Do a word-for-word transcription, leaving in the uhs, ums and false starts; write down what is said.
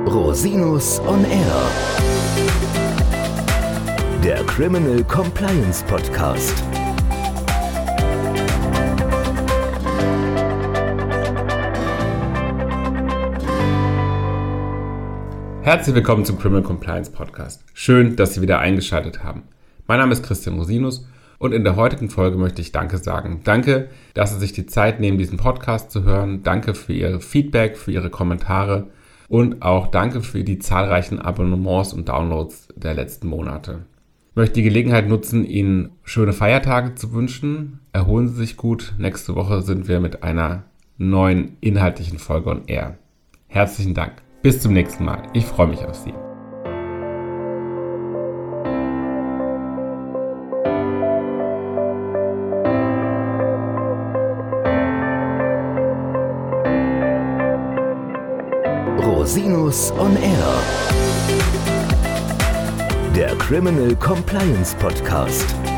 Rosinus on Air. Der Criminal Compliance Podcast. Herzlich willkommen zum Criminal Compliance Podcast. Schön, dass Sie wieder eingeschaltet haben. Mein Name ist Christian Rosinus und in der heutigen Folge möchte ich Danke sagen. Danke, dass Sie sich die Zeit nehmen, diesen Podcast zu hören. Danke für Ihr Feedback, für Ihre Kommentare und auch danke für die zahlreichen Abonnements und Downloads der letzten Monate. Ich möchte die Gelegenheit nutzen, Ihnen schöne Feiertage zu wünschen. Erholen Sie sich gut. Nächste Woche sind wir mit einer neuen inhaltlichen Folge on Air. Herzlichen Dank. Bis zum nächsten Mal. Ich freue mich auf Sie. Rosinus on Air. Der Criminal Compliance Podcast.